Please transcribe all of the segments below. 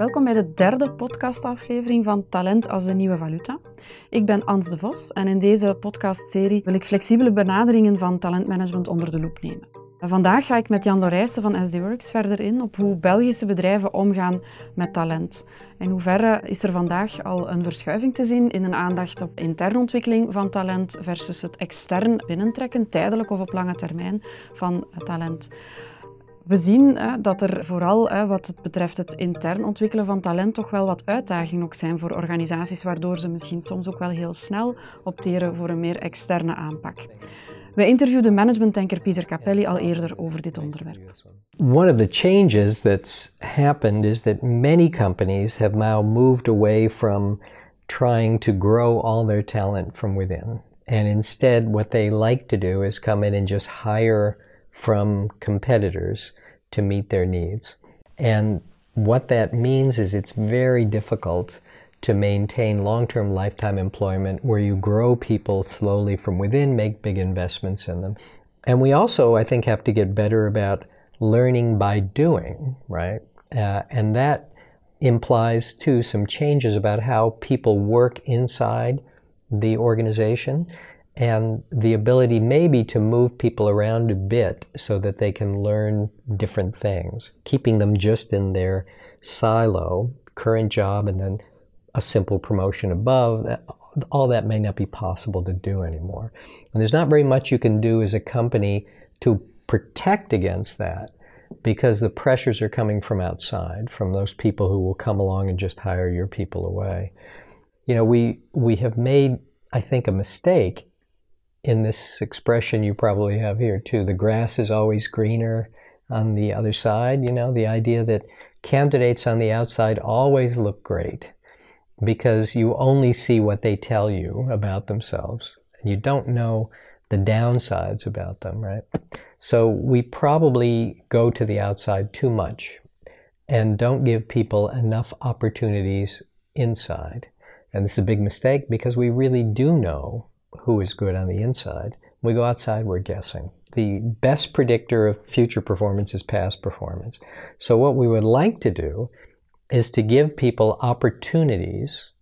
Welkom bij de derde podcastaflevering van Talent als de nieuwe valuta. Ik ben Ans de Vos en in deze podcastserie wil ik flexibele benaderingen van talentmanagement onder de loep nemen. Vandaag ga ik met Jan Lorijssen van SD Worx verder in op hoe Belgische bedrijven omgaan met talent. In hoeverre is er vandaag al een verschuiving te zien in een aandacht op interne ontwikkeling van talent versus het extern binnentrekken, tijdelijk of op lange termijn, van talent. We zien dat er vooral wat het betreft het intern ontwikkelen van talent toch wel wat uitdagingen ook zijn voor organisaties, waardoor ze misschien soms ook wel heel snel opteren voor een meer externe aanpak. Wij interviewden managementdenker Pieter Capelli al eerder over dit onderwerp. One of the changes that's happened is that many companies have now moved away from trying to grow all their talent from within. And instead what they like to do is come in and just hire from competitors to meet their needs. And what that means is it's very difficult to maintain long-term lifetime employment where you grow people slowly from within, make big investments in them. And we also, I think, have to get better about learning by doing, right? And that implies, too, some changes about how people work inside the organization and the ability maybe to move people around a bit so that they can learn different things, keeping them just in their silo, current job, and then a simple promotion above. All that may not be possible to do anymore. And there's not very much you can do as a company to protect against that because the pressures are coming from outside, from those people who will come along and just hire your people away. You know, we have made, I think, a mistake in this expression you probably have here too. The grass is always greener on the other side, you know, the idea that candidates on the outside always look great because you only see what they tell you about themselves and you don't know the downsides about them, right? So we probably go to the outside too much and don't give people enough opportunities inside. And this is a big mistake because we really do know who is good on the inside. We go outside, we're guessing. The best predictor of future performance is past performance. So what we would like to do is to give people opportunities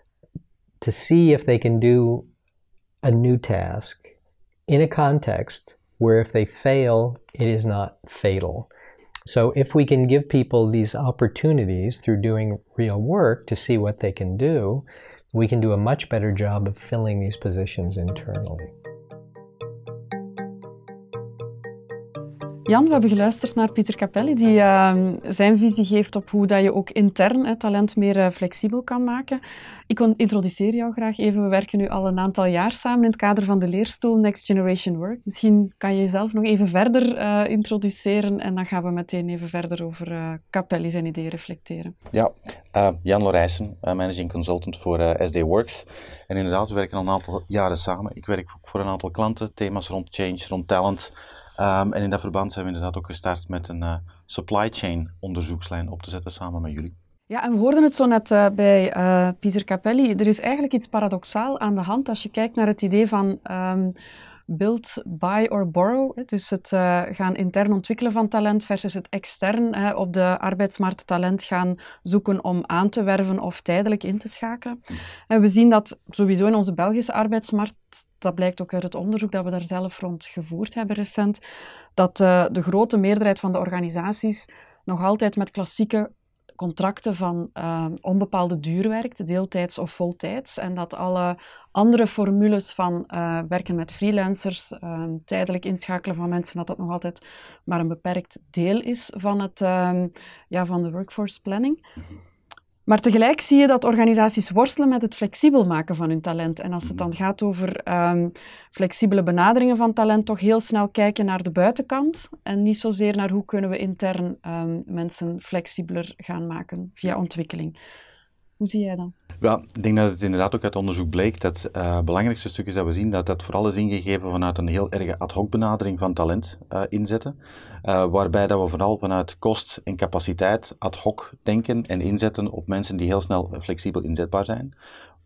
to see if they can do a new task in a context where if they fail, it is not fatal. So if we can give people these opportunities through doing real work to see what they can do, we can do a much better job of filling these positions internally. Jan, we hebben geluisterd naar Pieter Capelli, die zijn visie geeft op hoe dat je ook intern talent meer flexibel kan maken. Ik introduceer jou graag even. We werken nu al een aantal jaar samen in het kader van de leerstoel Next Generation Work. Misschien kan je jezelf nog even verder introduceren en dan gaan we meteen even verder over Capelli zijn ideeën reflecteren. Ja, Jan Lorijssen, managing consultant voor SD Worx. En inderdaad, we werken al een aantal jaren samen. Ik werk ook voor een aantal klanten, thema's rond change, rond talent. En in dat verband zijn we inderdaad ook gestart met een supply chain onderzoekslijn op te zetten samen met jullie. Ja, en we hoorden het zo net bij Pieter Capelli. Er is eigenlijk iets paradoxaal aan de hand als je kijkt naar het idee van build, buy or borrow. Dus het gaan intern ontwikkelen van talent versus het extern op de arbeidsmarkt talent gaan zoeken om aan te werven of tijdelijk in te schakelen. We zien dat sowieso in onze Belgische arbeidsmarkt, dat blijkt ook uit het onderzoek dat we daar zelf rond gevoerd hebben recent, dat de grote meerderheid van de organisaties nog altijd met klassieke contracten van onbepaalde duur werkt, deeltijds of voltijds, en dat alle andere formules van werken met freelancers, tijdelijk inschakelen van mensen, dat nog altijd maar een beperkt deel is van, van de workforce planning. Maar tegelijk zie je dat organisaties worstelen met het flexibel maken van hun talent. En als het dan gaat over flexibele benaderingen van talent, toch heel snel kijken naar de buitenkant en niet zozeer naar hoe kunnen we intern mensen flexibeler gaan maken via ontwikkeling. Hoe zie jij dat? Ja, ik denk dat het inderdaad ook uit onderzoek bleek dat het belangrijkste stuk is dat we zien dat vooral is ingegeven vanuit een heel erge ad hoc benadering van talent inzetten. Waarbij dat we vooral vanuit kost en capaciteit ad hoc denken en inzetten op mensen die heel snel flexibel inzetbaar zijn.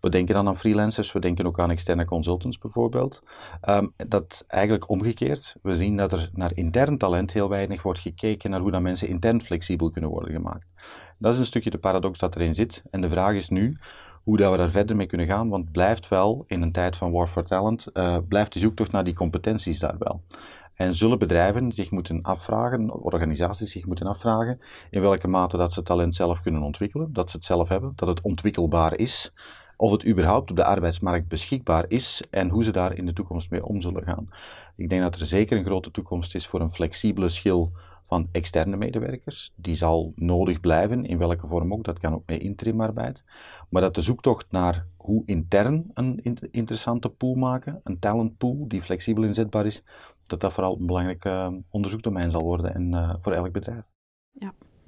We denken dan aan freelancers, we denken ook aan externe consultants bijvoorbeeld. Dat eigenlijk omgekeerd. We zien dat er naar intern talent heel weinig wordt gekeken naar hoe dat mensen intern flexibel kunnen worden gemaakt. Dat is een stukje de paradox dat erin zit. En de vraag is nu hoe dat we daar verder mee kunnen gaan, want het blijft wel, in een tijd van war for talent, blijft die zoektocht naar die competenties daar wel. En zullen bedrijven zich moeten afvragen, organisaties zich moeten afvragen, in welke mate dat ze talent zelf kunnen ontwikkelen, dat ze het zelf hebben, dat het ontwikkelbaar is, of het überhaupt op de arbeidsmarkt beschikbaar is en hoe ze daar in de toekomst mee om zullen gaan. Ik denk dat er zeker een grote toekomst is voor een flexibele schil van externe medewerkers. Die zal nodig blijven, in welke vorm ook. Dat kan ook met interimarbeid. Maar dat de zoektocht naar hoe intern een interessante pool maken, een talentpool die flexibel inzetbaar is, dat vooral een belangrijk onderzoekdomein zal worden en voor elk bedrijf. Ja.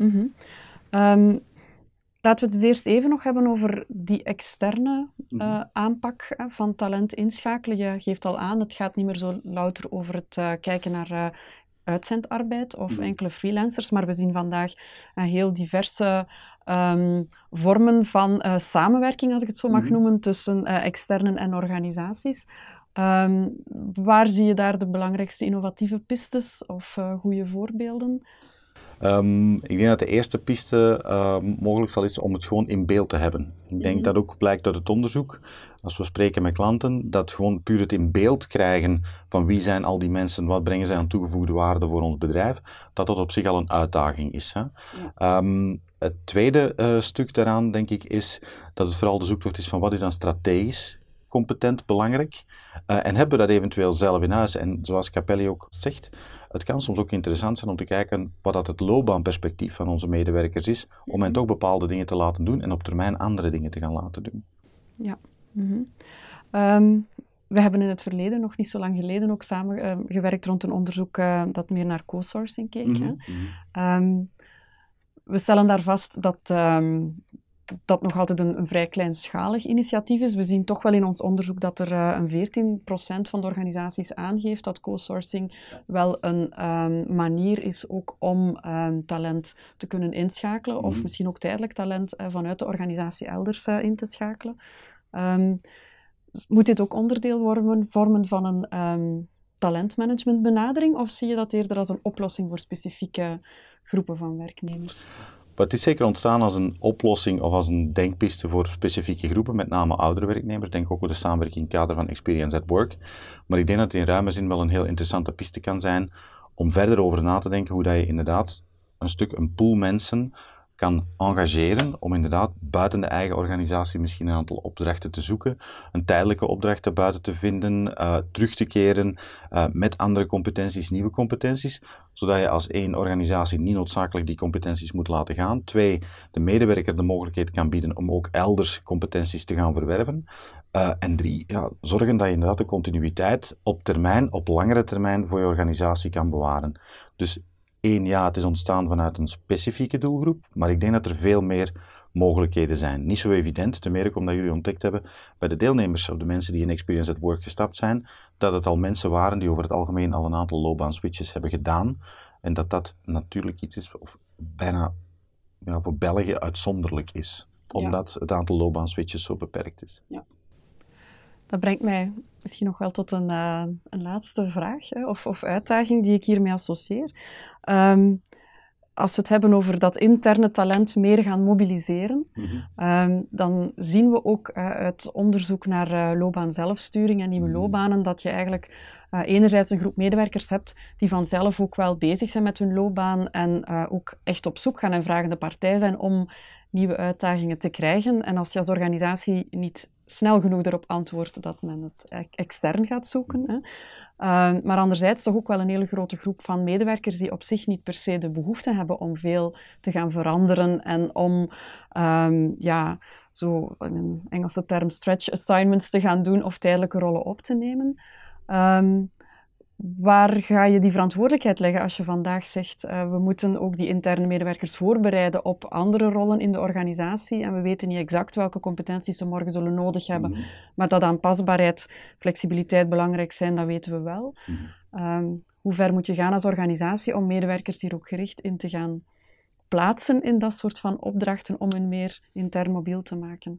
Laten we het eerst even nog hebben over die externe aanpak van talent inschakelen. Je geeft al aan, het gaat niet meer zo louter over het kijken naar uitzendarbeid of enkele freelancers, maar we zien vandaag heel diverse vormen van samenwerking, als ik het zo mag noemen, tussen externen en organisaties. Waar zie je daar de belangrijkste innovatieve pistes of goede voorbeelden? Ik denk dat de eerste piste mogelijk zal is om het gewoon in beeld te hebben. Ik denk dat ook blijkt uit het onderzoek, als we spreken met klanten, dat gewoon puur het in beeld krijgen van wie zijn al die mensen, wat brengen zij aan toegevoegde waarde voor ons bedrijf, dat op zich al een uitdaging is. Hè? Ja. Het tweede stuk daaraan, denk ik, is dat het vooral de zoektocht is van wat is dan strategisch competent belangrijk en hebben we dat eventueel zelf in huis. En zoals Capelli ook zegt, het kan soms ook interessant zijn om te kijken wat dat het loopbaanperspectief van onze medewerkers is, om hen toch bepaalde dingen te laten doen en op termijn andere dingen te gaan laten doen. Ja. We hebben in het verleden, nog niet zo lang geleden, ook samen gewerkt rond een onderzoek dat meer naar co-sourcing keek. We stellen daar vast dat nog altijd een vrij kleinschalig initiatief is. We zien toch wel in ons onderzoek dat er een 14% van de organisaties aangeeft dat co-sourcing wel een manier is ook om talent te kunnen inschakelen, of misschien ook tijdelijk talent vanuit de organisatie elders in te schakelen. Moet dit ook onderdeel vormen van een talentmanagementbenadering, of zie je dat eerder als een oplossing voor specifieke groepen van werknemers? Maar het is zeker ontstaan als een oplossing of als een denkpiste voor specifieke groepen, met name oudere werknemers. Denk ook op de samenwerking in het kader van Experience at Work. Maar ik denk dat het in ruime zin wel een heel interessante piste kan zijn om verder over na te denken hoe dat je inderdaad een pool mensen kan engageren om inderdaad buiten de eigen organisatie misschien een aantal opdrachten te zoeken, een tijdelijke opdracht buiten te vinden, terug te keren met andere competenties, nieuwe competenties, zodat je als 1 organisatie niet noodzakelijk die competenties moet laten gaan. 2, de medewerker de mogelijkheid kan bieden om ook elders competenties te gaan verwerven. En 3, zorgen dat je inderdaad de continuïteit op termijn, op langere termijn voor je organisatie kan bewaren. Dus 1, het is ontstaan vanuit een specifieke doelgroep, maar ik denk dat er veel meer mogelijkheden zijn. Niet zo evident, ten meer ook omdat jullie ontdekt hebben bij de deelnemers of de mensen die in Experience at Work gestapt zijn, dat het al mensen waren die over het algemeen al een aantal loopbaanswitches hebben gedaan en dat natuurlijk iets is of bijna voor België uitzonderlijk is, omdat het aantal loopbaanswitches zo beperkt is. Ja. Dat brengt mij misschien nog wel tot een laatste vraag of uitdaging die ik hiermee associeer. Als we het hebben over dat interne talent meer gaan mobiliseren, dan zien we ook uit onderzoek naar loopbaan-zelfsturing en nieuwe loopbanen dat je eigenlijk enerzijds een groep medewerkers hebt die vanzelf ook wel bezig zijn met hun loopbaan en ook echt op zoek gaan en vragende partij zijn om nieuwe uitdagingen te krijgen. En als je als organisatie niet snel genoeg erop antwoordt dat men het extern gaat zoeken. Hè. Maar anderzijds toch ook wel een hele grote groep van medewerkers die op zich niet per se de behoefte hebben om veel te gaan veranderen en om zo in een Engelse term stretch assignments te gaan doen of tijdelijke rollen op te nemen. Waar ga je die verantwoordelijkheid leggen als je vandaag zegt we moeten ook die interne medewerkers voorbereiden op andere rollen in de organisatie en we weten niet exact welke competenties ze morgen zullen nodig hebben, maar dat aanpasbaarheid, flexibiliteit belangrijk zijn, dat weten we wel. Hoe ver moet je gaan als organisatie om medewerkers hier ook gericht in te gaan plaatsen in dat soort van opdrachten om hen meer intern mobiel te maken?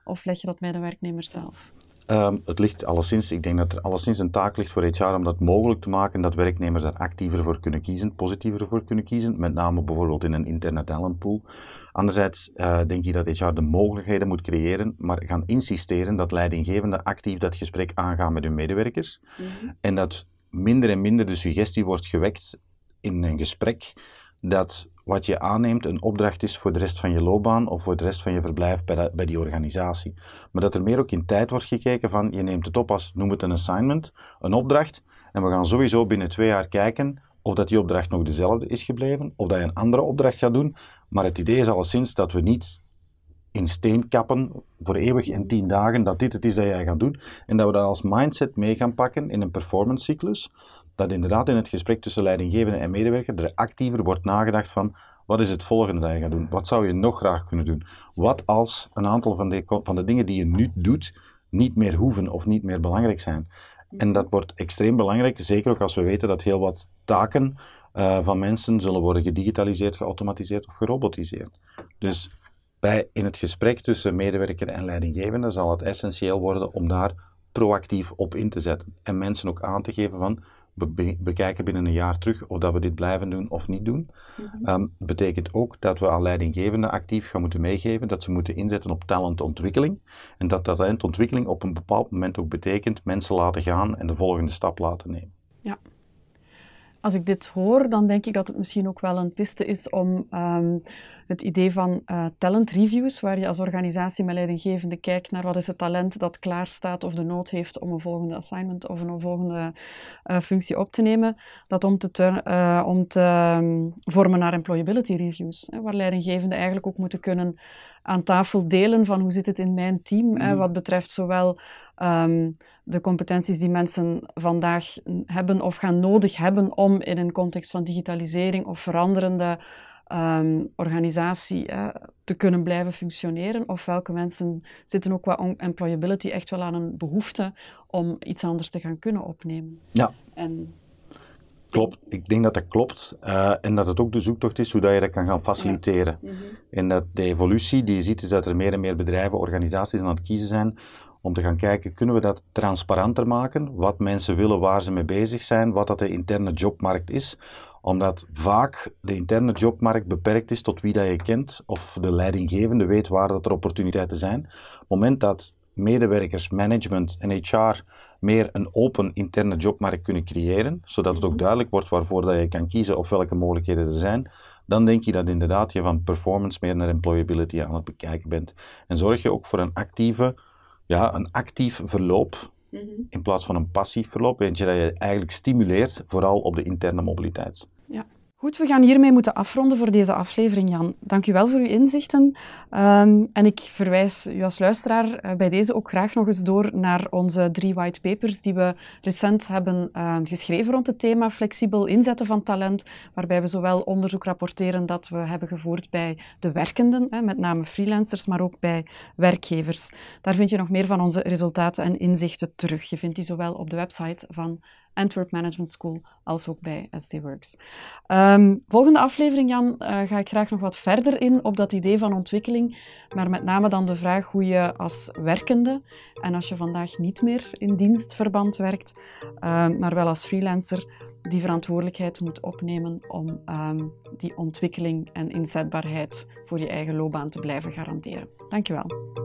Of leg je dat bij de werknemer zelf? Het ligt alleszins, ik denk dat er alleszins een taak ligt voor HR om dat mogelijk te maken dat werknemers daar actiever voor kunnen kiezen, positiever voor kunnen kiezen, met name bijvoorbeeld in een interne talentpool. Anderzijds denk ik dat HR de mogelijkheden moet creëren, maar gaan insisteren dat leidinggevenden actief dat gesprek aangaan met hun medewerkers. En dat minder en minder de suggestie wordt gewekt in een gesprek dat wat je aanneemt een opdracht is voor de rest van je loopbaan of voor de rest van je verblijf bij die organisatie. Maar dat er meer ook in tijd wordt gekeken van, je neemt het op als, noem het een assignment, een opdracht, en we gaan sowieso binnen 2 jaar kijken of dat die opdracht nog dezelfde is gebleven, of dat je een andere opdracht gaat doen. Maar het idee is alleszins dat we niet in steen kappen voor eeuwig en 10 dagen dat dit het is dat jij gaat doen, en dat we dat als mindset mee gaan pakken in een performance cyclus, dat inderdaad in het gesprek tussen leidinggevende en medewerker er actiever wordt nagedacht van, wat is het volgende dat je gaat doen? Wat zou je nog graag kunnen doen? Wat als een aantal van de dingen die je nu doet, niet meer hoeven of niet meer belangrijk zijn? En dat wordt extreem belangrijk, zeker ook als we weten dat heel wat taken van mensen zullen worden gedigitaliseerd, geautomatiseerd of gerobotiseerd. Dus in het gesprek tussen medewerker en leidinggevende zal het essentieel worden om daar proactief op in te zetten. En mensen ook aan te geven van, we bekijken binnen een jaar terug of dat we dit blijven doen of niet doen. Betekent ook dat we aan leidinggevenden actief gaan moeten meegeven dat ze moeten inzetten op talentontwikkeling. En dat talentontwikkeling op een bepaald moment ook betekent mensen laten gaan en de volgende stap laten nemen. Ja. Als ik dit hoor, dan denk ik dat het misschien ook wel een piste is om het idee van talent reviews, waar je als organisatie met leidinggevende kijkt naar wat is het talent dat klaar staat of de nood heeft om een volgende assignment of een volgende functie op te nemen, dat om te vormen naar employability reviews, waar leidinggevenden eigenlijk ook moeten kunnen aan tafel delen van hoe zit het in mijn team, wat betreft zowel de competenties die mensen vandaag hebben of gaan nodig hebben om in een context van digitalisering of veranderende organisatie te kunnen blijven functioneren, of welke mensen zitten ook qua employability echt wel aan een behoefte om iets anders te gaan kunnen opnemen. Ja. En klopt. Ik denk dat dat klopt. En dat het ook de zoektocht is hoe dat je dat kan gaan faciliteren. Ja. En dat de evolutie die je ziet is dat er meer en meer bedrijven, organisaties aan het kiezen zijn om te gaan kijken, kunnen we dat transparanter maken? Wat mensen willen, waar ze mee bezig zijn, wat dat de interne jobmarkt is. Omdat vaak de interne jobmarkt beperkt is tot wie dat je kent of de leidinggevende weet waar dat er opportuniteiten zijn. Op het moment dat medewerkers, management en HR meer een open interne jobmarkt kunnen creëren, zodat het ook duidelijk wordt waarvoor dat je kan kiezen of welke mogelijkheden er zijn, dan denk je dat inderdaad je van performance meer naar employability aan het bekijken bent. En zorg je ook voor een actief verloop in plaats van een passief verloop, eentje dat je eigenlijk stimuleert, vooral op de interne mobiliteit. Ja. Goed, we gaan hiermee moeten afronden voor deze aflevering, Jan. Dank u wel voor uw inzichten. En ik verwijs u als luisteraar bij deze ook graag nog eens door naar onze 3 white papers die we recent hebben geschreven rond het thema flexibel inzetten van talent, waarbij we zowel onderzoek rapporteren dat we hebben gevoerd bij de werkenden, met name freelancers, maar ook bij werkgevers. Daar vind je nog meer van onze resultaten en inzichten terug. Je vindt die zowel op de website van Antwerp Management School, als ook bij SD Works. Volgende aflevering, Jan, ga ik graag nog wat verder in op dat idee van ontwikkeling, maar met name dan de vraag hoe je als werkende, en als je vandaag niet meer in dienstverband werkt, maar wel als freelancer, die verantwoordelijkheid moet opnemen om die ontwikkeling en inzetbaarheid voor je eigen loopbaan te blijven garanderen. Dank je wel.